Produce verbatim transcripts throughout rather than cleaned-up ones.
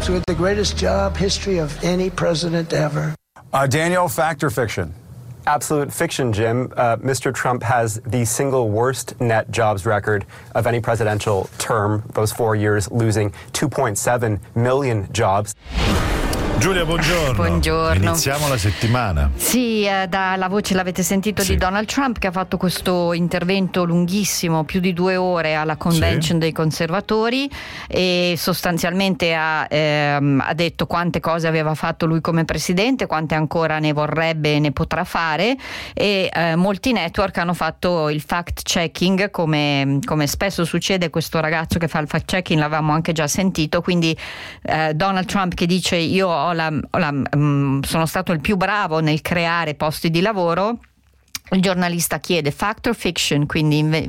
folks, with the greatest job history of any president ever. Uh, Daniel, fact or fiction? Absolute fiction, Jim. Uh, Mister Trump has the single worst net jobs record of any presidential term, those four years losing two point seven million jobs. Giulia, buongiorno. Buongiorno. Iniziamo la settimana. Sì, eh, dalla voce l'avete sentito sì. di Donald Trump, che ha fatto questo intervento lunghissimo, più di due ore alla convention sì. dei conservatori, e sostanzialmente ha, ehm, ha detto quante cose aveva fatto lui come presidente, quante ancora ne vorrebbe e ne potrà fare, e eh, molti network hanno fatto il fact checking, come, come spesso succede. Questo ragazzo che fa il fact checking l'avevamo anche già sentito, quindi eh, Donald Trump che dice io ho la, ho la, um, sono stato il più bravo nel creare posti di lavoro. Il giornalista chiede fact or fiction, quindi inve-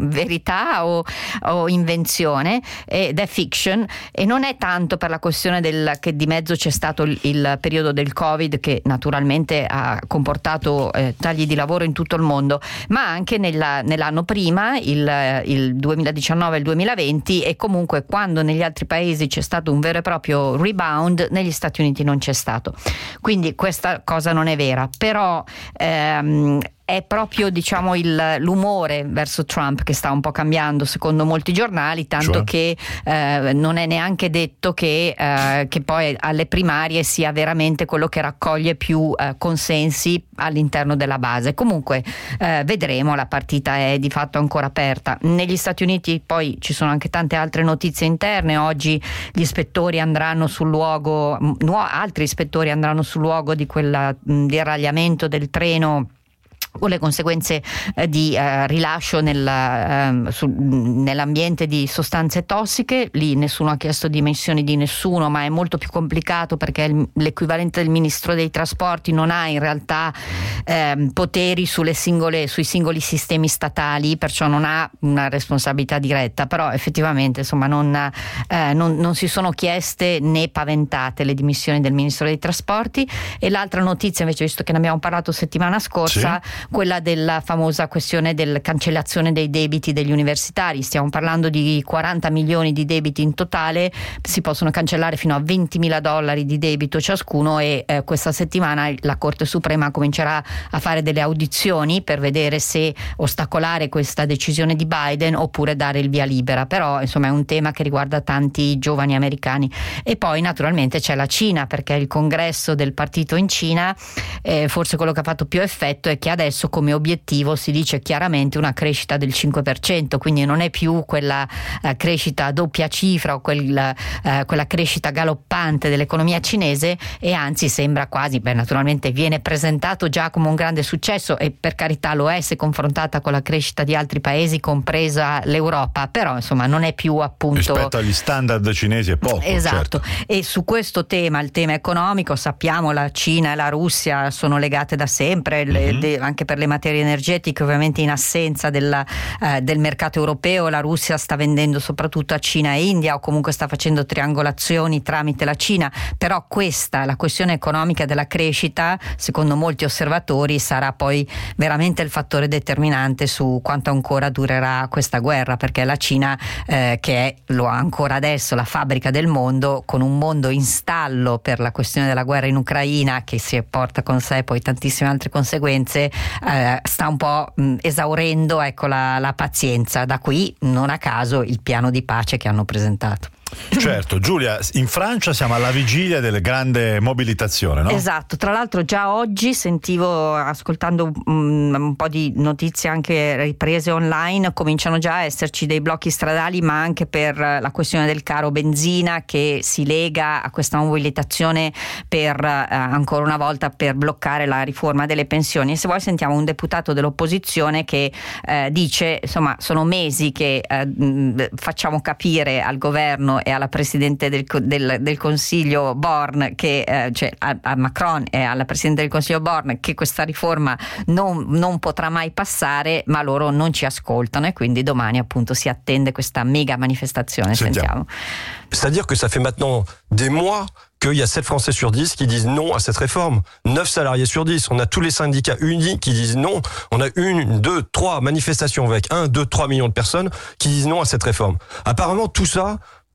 verità o, o invenzione, ed è fiction, e non è tanto per la questione del, che di mezzo c'è stato il, il periodo del Covid, che naturalmente ha comportato eh, tagli di lavoro in tutto il mondo, ma anche nella, nell'anno prima, il, il duemiladiciannove e il duemilaventi, e comunque quando negli altri paesi c'è stato un vero e proprio rebound, negli Stati Uniti non c'è stato. Quindi questa cosa non è vera, però ehm, è proprio, diciamo, il, l'umore verso Trump che sta un po' cambiando secondo molti giornali, tanto cioè? che eh, non è neanche detto che, eh, che poi alle primarie sia veramente quello che raccoglie più eh, consensi all'interno della base. Comunque eh, vedremo, la partita è di fatto ancora aperta. Negli Stati Uniti poi ci sono anche tante altre notizie interne. Oggi gli ispettori andranno sul luogo, nu- altri ispettori andranno sul luogo di quel deragliamento del treno o le conseguenze eh, di eh, rilascio nel, eh, su, nell'ambiente di sostanze tossiche. Lì nessuno ha chiesto dimissioni di nessuno, ma è molto più complicato perché il, l'equivalente del ministro dei trasporti non ha in realtà eh, poteri sulle singole, sui singoli sistemi statali, perciò non ha una responsabilità diretta, però effettivamente insomma non, eh, non, non si sono chieste né paventate le dimissioni del ministro dei trasporti. E l'altra notizia invece, visto che ne abbiamo parlato settimana scorsa, sì. quella della famosa questione della cancellazione dei debiti degli universitari. Stiamo parlando di quaranta milioni di debiti in totale, si possono cancellare fino a ventimila dollari di debito ciascuno, e eh, questa settimana la Corte Suprema comincerà a fare delle audizioni per vedere se ostacolare questa decisione di Biden oppure dare il via libera. Però insomma è un tema che riguarda tanti giovani americani. E poi naturalmente c'è la Cina, perché il congresso del partito in Cina, eh, forse quello che ha fatto più effetto è che adesso come obiettivo si dice chiaramente una crescita del cinque per cento, quindi non è più quella eh, crescita a doppia cifra o quel, eh, quella crescita galoppante dell'economia cinese, e anzi sembra quasi, beh naturalmente viene presentato già come un grande successo, e per carità lo è se confrontata con la crescita di altri paesi, compresa l'Europa, però insomma non è più appunto rispetto agli standard cinesi è poco. Esatto, certo. E su questo tema, il tema economico, sappiamo la Cina e la Russia sono legate da sempre, mm-hmm. le, de, anche per le materie energetiche, ovviamente in assenza della, eh, del mercato europeo. La Russia sta vendendo soprattutto a Cina e India, o comunque sta facendo triangolazioni tramite la Cina, però questa, la questione economica della crescita, secondo molti osservatori sarà poi veramente il fattore determinante su quanto ancora durerà questa guerra, perché la Cina eh, che è, lo ha ancora adesso, la fabbrica del mondo, con un mondo in stallo per la questione della guerra in Ucraina, che si porta con sé poi tantissime altre conseguenze, Eh, sta un po' mh, esaurendo ecco la, la pazienza. Da qui non a caso il piano di pace che hanno presentato. Certo, Giulia, in Francia siamo alla vigilia della grande mobilitazione, no? Esatto, tra l'altro già oggi sentivo, ascoltando um, un po' di notizie anche riprese online, cominciano già a esserci dei blocchi stradali, ma anche per la questione del caro benzina, che si lega a questa mobilitazione per uh, ancora una volta per bloccare la riforma delle pensioni. E se vuoi sentiamo un deputato dell'opposizione che uh, dice, insomma, sono mesi che uh, facciamo capire al governo e alla Presidente del, del, del Consiglio Borne, che eh, cioè a, a Macron e alla Presidente del Consiglio Borne, che questa riforma non, non potrà mai passare, ma loro non ci ascoltano, e quindi domani appunto si attende questa mega manifestazione. Sentiamo. C'est-à-dire que ça fait maintenant des mois qu'il y a sept Français sur dix qui disent non à cette réforme. neuf salariés sur dix. On a tous les syndicats unis qui disent non. On a une, deux, trois manifestations avec un, deux, trois millions de personnes qui disent non à cette réforme. Apparemment, tout ça,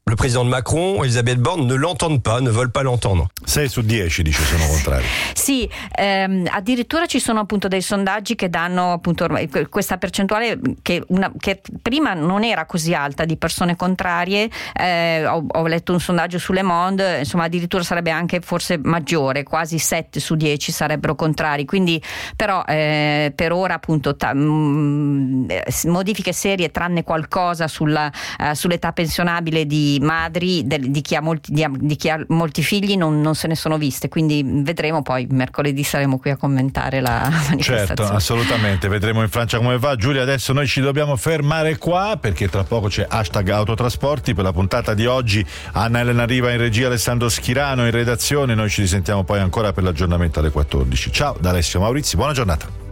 le président Macron, Elisabeth Borne ne l'entendent pas, ne veulent pas l'entendre. sei su dieci dice sono contrari. Sì, ehm, addirittura ci sono appunto dei sondaggi che danno appunto questa percentuale che, una, che prima non era così alta di persone contrarie. Eh, ho, ho letto un sondaggio su Le Monde, insomma addirittura sarebbe anche forse maggiore, quasi sette su dieci sarebbero contrari. Quindi però eh, per ora appunto ta, mh, modifiche serie tranne qualcosa sulla, uh, sull'età pensionabile di madri del, di, chi ha molti, di, di chi ha molti figli non, non se ne sono viste, quindi vedremo, poi mercoledì saremo qui a commentare la manifestazione. Certo, assolutamente, vedremo in Francia come va. Giulia, adesso noi ci dobbiamo fermare qua perché tra poco c'è hashtag autotrasporti. Per la puntata di oggi Anna Elena Riva in regia, Alessandro Schirano in redazione, noi ci risentiamo poi ancora per l'aggiornamento alle quattordici. Ciao da Alessio Maurizi, buona giornata.